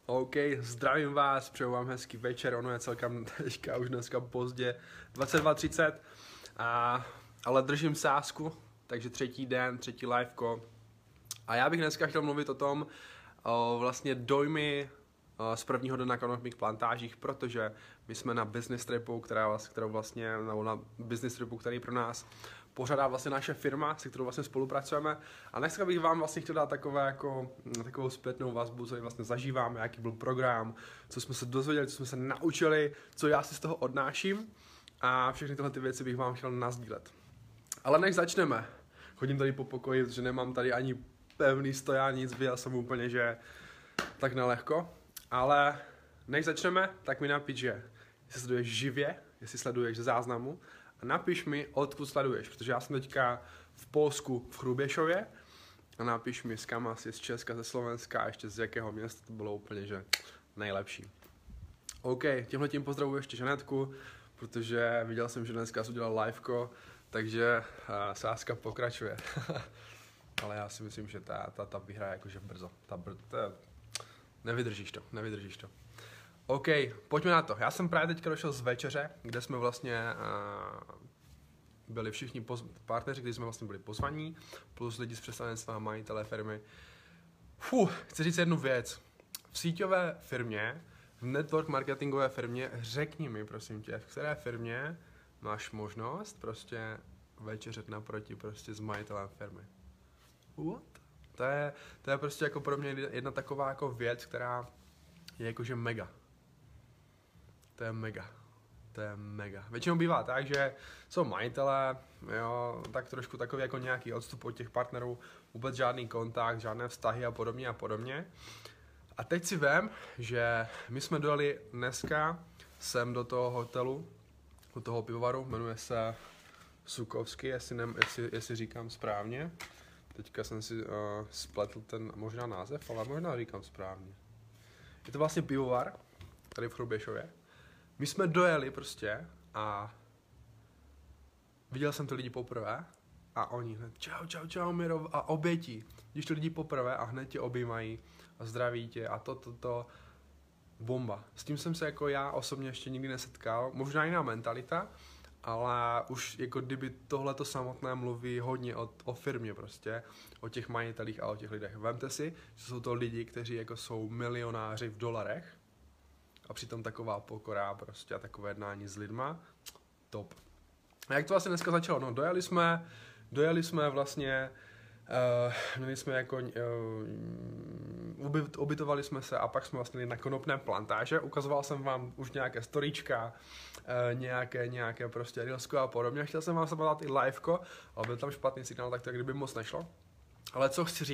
OK, zdravím vás, přeju vám hezký večer, ono je celkem teďka už dneska pozdě, 22:30, ale držím sázku, takže třetí den, třetí liveko. A já bych dneska chtěl mluvit o tom, vlastně dojmy z prvního dne na konopných plantážích, protože my jsme na business tripu, nebo na business tripu, který pro nás pořádá vlastně naše firma, se kterou vlastně spolupracujeme. A dneska bych vám vlastně chtěl dát takovou zpětnou vazbu, co vlastně zažíváme, jaký byl program, co jsme se dozvěděli, co jsme se naučili, co já si z toho odnáším. A všechny tyhle ty věci bych vám chtěl nasdílet. Ale než začneme, chodím tady po pokoji, protože nemám tady ani pevný stoján, nic, já jsem úplně, že tak nelehko. Ale než začneme, tak mi napiš, že jestli sleduješ živě, jestli sleduješ ze záznamu, a napiš mi, odkud sleduješ, protože já jsem teďka v Polsku v Chruběšově a napiš mi, z kam asi, z Česka, ze Slovenska a ještě z jakého města, to bylo úplně, že nejlepší. OK, tímhletím pozdravuji ještě Žanetku, protože viděl jsem, že dneska udělal liveko, takže sázka pokračuje. Ale já si myslím, že ta vyhraje jakože brzo. Nevydržíš to. OK, pojďme na to. Já jsem právě teďka došel z večeře, kde jsme vlastně byli všichni partneři, kteří jsme vlastně byli pozvaní, plus lidi z představenstva, majitelé firmy. Chci říct jednu věc. V síťové firmě, v network marketingové firmě, řekni mi, prosím tě, v které firmě máš možnost prostě večeřet naproti prostě s majitelem firmy. What? To je prostě jako pro mě jedna taková jako věc, která je jakože mega. To je mega. Většinou bývá tak, že jsou majitelé, jo, tak trošku takový jako nějaký odstup od těch partnerů, vůbec žádný kontakt, žádné vztahy a podobně. A teď si vem, že my jsme dojeli dneska sem do toho hotelu, do toho pivovaru, jmenuje se Sukovský, jestli říkám správně. Teďka jsem si spletl ten možná název, ale možná říkám správně. Je to vlastně pivovar, tady v Chruběšově. My jsme dojeli prostě a viděl jsem ty lidi poprvé a oni hned čau Miro a obětí. Když ty lidi poprvé a hned tě objímají a zdraví tě a to. Bomba. S tím jsem se jako já osobně ještě nikdy nesetkal. Možná jiná mentalita, ale už jako kdyby tohleto samotné mluví hodně o firmě prostě, o těch majitelích a o těch lidech. Vemte si, že jsou to lidi, kteří jako jsou milionáři v dolarech a přitom taková pokora prostě a takové jednání s lidma, top. A jak to vlastně dneska začalo? No dojeli jsme vlastně, měli jsme jako, ubytovali jsme se a pak jsme vlastně na konopné plantáže, ukazoval jsem vám už nějaké storíčka, nějaké prostě reelsko a podobně, chtěl jsem vám se dát i liveko, ale byl tam špatný signál, tak to jak kdyby moc nešlo. Ale co chci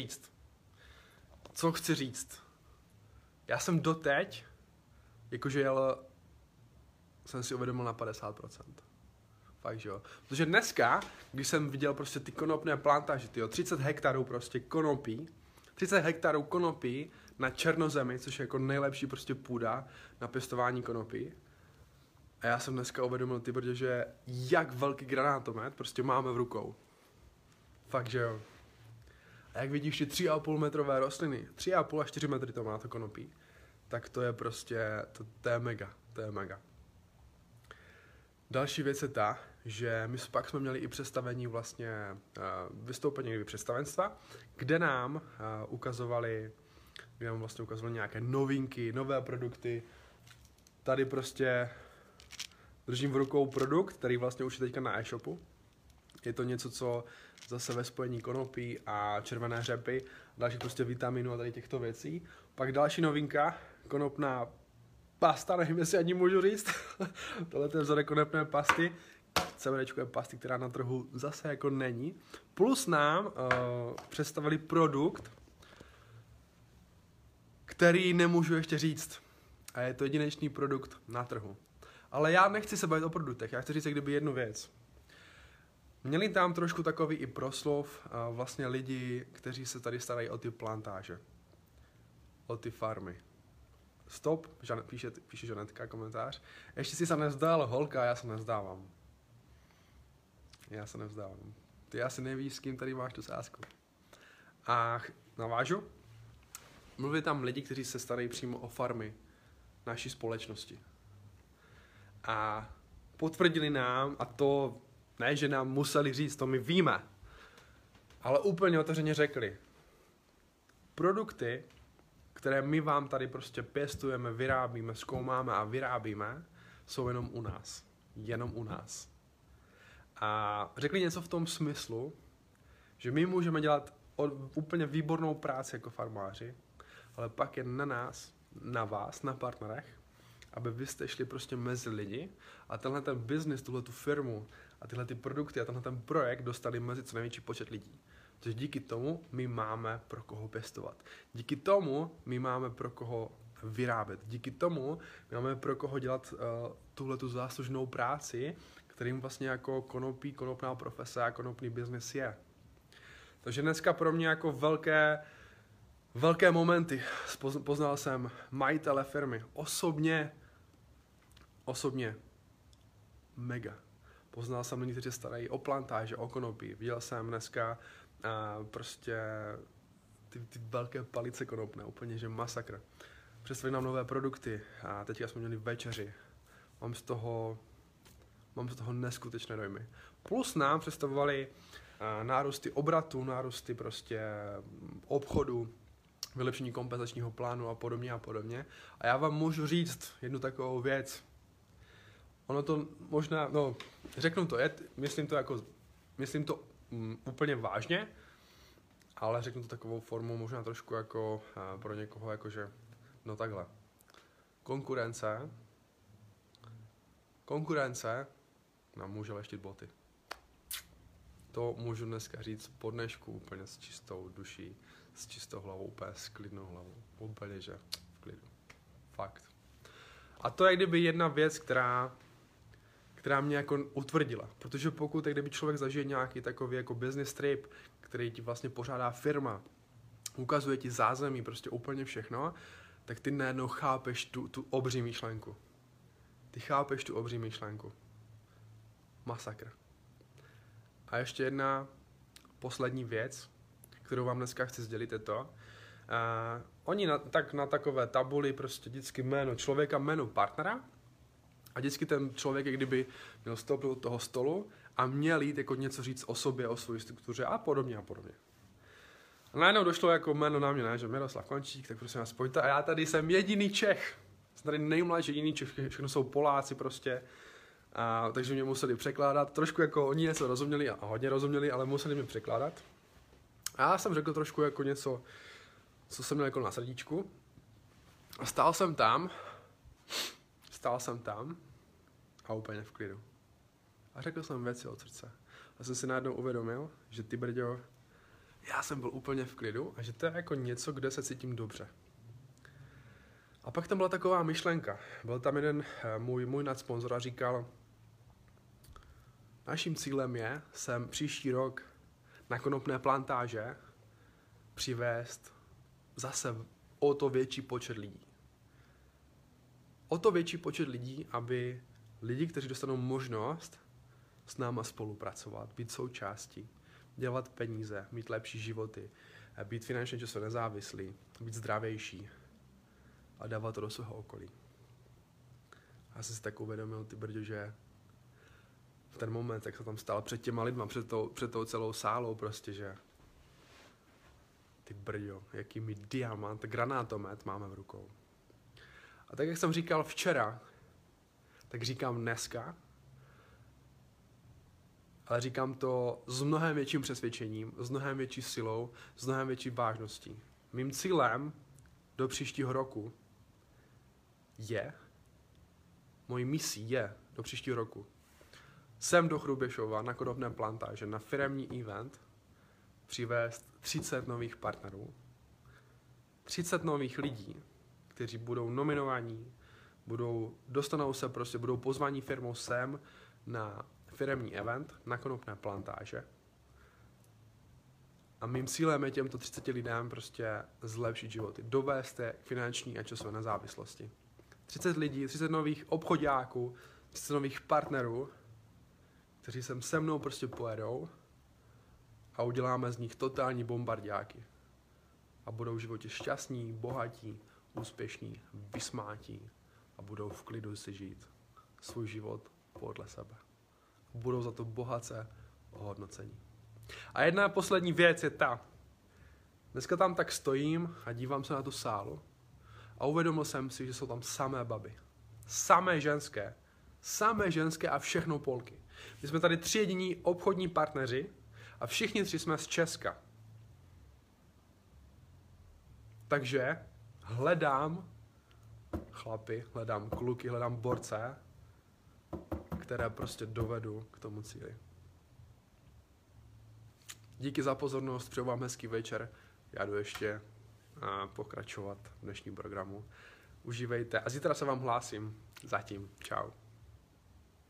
říct? Já jsem doteď, jakože jsem si uvědomil na 50%. Fakt, že jo. Protože dneska, když jsem viděl prostě ty konopné plantáže, 30 hektarů prostě konopí, 30 hektarů konopí na černozemi, což je jako nejlepší prostě půda na pěstování konopí. A já jsem dneska uvědomil, protože jak velký granátomet prostě máme v rukou. Fakt, že jo. A jak vidíš ty 3,5 metrové rostliny, 3,5 až 4 metry to má to konopí, tak to je prostě, to je mega. Další věc je ta, že my pak jsme měli i představení vlastně, vystoupení představenstva, kde nám ukazovali nějaké novinky, nové produkty. Tady prostě držím v rukou produkt, který vlastně už je teďka na e-shopu. Je to něco, co zase ve spojení konopí a červené řepy, další prostě vitaminů a tady těchto věcí. Pak další novinka, konopná pasta, nevím, jestli ani můžu říct. Tohle je vzorek konopné pasty. CBDčkové pasty, která na trhu zase jako není. Plus nám představili produkt, který nemůžu ještě říct. A je to jedinečný produkt na trhu. Ale já nechci se bavit o produktech, já chci říct kdyby jednu věc. Měli tam trošku takový i proslov vlastně lidi, kteří se tady starají o ty plantáže. O ty farmy. Stop, píše Žanetka komentář. Ještě si se nevzdal, holka, já se nevzdávám. Ty asi nevíš, s kým tady máš tu sázku. A navážu. mluví tam lidi, kteří se starají přímo o farmy naší společnosti. A potvrdili nám, a to ne, že nám museli říct, to my víme, ale úplně otevřeně řekli, produkty, které my vám tady prostě pěstujeme, vyrábíme, zkoumáme a vyrábíme, jsou jenom u nás. Jenom u nás. A řekli něco v tom smyslu, že my můžeme dělat úplně výbornou práci jako farmáři, ale pak je na nás, na vás, na partnerech, aby vy jste šli prostě mezi lidi a tenhle ten business, tuhle tu firmu a tyhle ty produkty a tenhle ten projekt dostali mezi co největší počet lidí. Což díky tomu my máme pro koho pěstovat. Díky tomu my máme pro koho vyrábět. Díky tomu my máme pro koho dělat tuhle tu záslužnou práci, kterým vlastně jako konopí, konopná profese a konopný biznis je. Takže dneska pro mě jako velké momenty. Poznal jsem majitele firmy. Osobně. Mega. Poznal jsem lidi, kteří se starají o plantáže, o konopí. Viděl jsem dneska prostě ty velké palice konopné. Úplně, že masakr. Představili nám nové produkty a teďka jsme měli večeři. Mám z toho neskutečné dojmy. Plus nám představovali nárůsty obratu, nárůsty prostě obchodu, vylepšení kompenzačního plánu a podobně a podobně. A já vám můžu říct jednu takovou věc. Ono to možná, řeknu to, myslím to úplně vážně, ale řeknu to takovou formou možná trošku jako pro někoho jakože, takhle. Konkurence nám může leštit boty. To můžu dneska říct po dnešku úplně s čistou duší, s čistou hlavou, úplně s klidnou hlavou. Úplně, že v klidu. Fakt. A to je kdyby jedna věc, která mě jako utvrdila. Protože pokud kdyby člověk zažije nějaký takový jako business trip, který ti vlastně pořádá firma, ukazuje ti zázemí, prostě úplně všechno, tak ty najednou chápeš tu obří myšlenku. Ty chápeš tu obří myšlenku. Masakr. A ještě jedna poslední věc, kterou vám dneska chci sdělit, je to. Oni na takové tabuli prostě vždycky jméno člověka, jméno partnera a vždycky ten člověk, kdyby měl stoupit do toho stolu a měl jít jako něco říct o sobě, o své struktuře a podobně a podobně. A najednou došlo jako jméno na mě, ne, že Miroslav Končík, tak prosím vás pojďte a já tady jsem jediný Čech. Jsem tady nejmladší jediný Čech, všechno jsou Poláci prostě. Takže mě museli překládat, trošku jako oni něco rozuměli a hodně rozuměli, ale museli mě překládat. A já jsem řekl trošku jako něco, co jsem měl jako na srdíčku. A stál jsem tam a úplně v klidu. A řekl jsem věci od srdce. A jsem si najednou uvědomil, že ty brďo, já jsem byl úplně v klidu a že to je jako něco, kde se cítím dobře. A pak tam byla taková myšlenka. Byl tam jeden můj nadsponzor a říkal, naším cílem je sem příští rok na konopné plantáže přivést zase o to větší počet lidí. O to větší počet lidí, aby lidi, kteří dostanou možnost s náma spolupracovat, být součástí, dělat peníze, mít lepší životy, být finančně časově nezávislí, být zdravější a dávat to do svého okolí. Já jsem si tak uvědomil, ty brďo, že v ten moment, jak se tam stál před těma lidma, před tou celou sálou prostě, že ty brďo, jaký mi diamant, granátomet máme v rukou. A tak, jak jsem říkal včera, tak říkám dneska, ale říkám to s mnohem větším přesvědčením, s mnohem větší silou, s mnohem větší vážností. Mým cílem do příštího roku mojí misí je do příštího roku sem do Chruběšova na konopné plantáže na firemní event přivést 30 nových partnerů, 30 nových lidí, kteří budou nominovaní, budou pozvaní firmou sem na firemní event na konopné plantáže. A mým cílem je těmto 30 lidem prostě zlepšit životy, dovést je k finanční a časové nezávislosti. 30 lidí, 30 nových obchodáků, 30 nových partnerů, kteří sem se mnou prostě pojedou a uděláme z nich totální bombardáky. a budou v životě šťastní, bohatí, úspěšní, vysmátí a budou v klidu si žít svůj život podle sebe. Budou za to bohatce ohodnocení. A jedna poslední věc je ta. Dneska tam tak stojím a dívám se na tu sálu a uvědomil jsem si, že jsou tam samé baby. Samé ženské a všechno Polky. My jsme tady 3 jediní obchodní partneři a všichni 3 jsme z Česka. Takže hledám chlapy, hledám kluky, hledám borce, které prostě dovedu k tomu cíli. Díky za pozornost, přeju vám hezký večer. Já jdu ještě pokračovat v dnešním programu. Užívejte a zítra se vám hlásím. Zatím. Čau.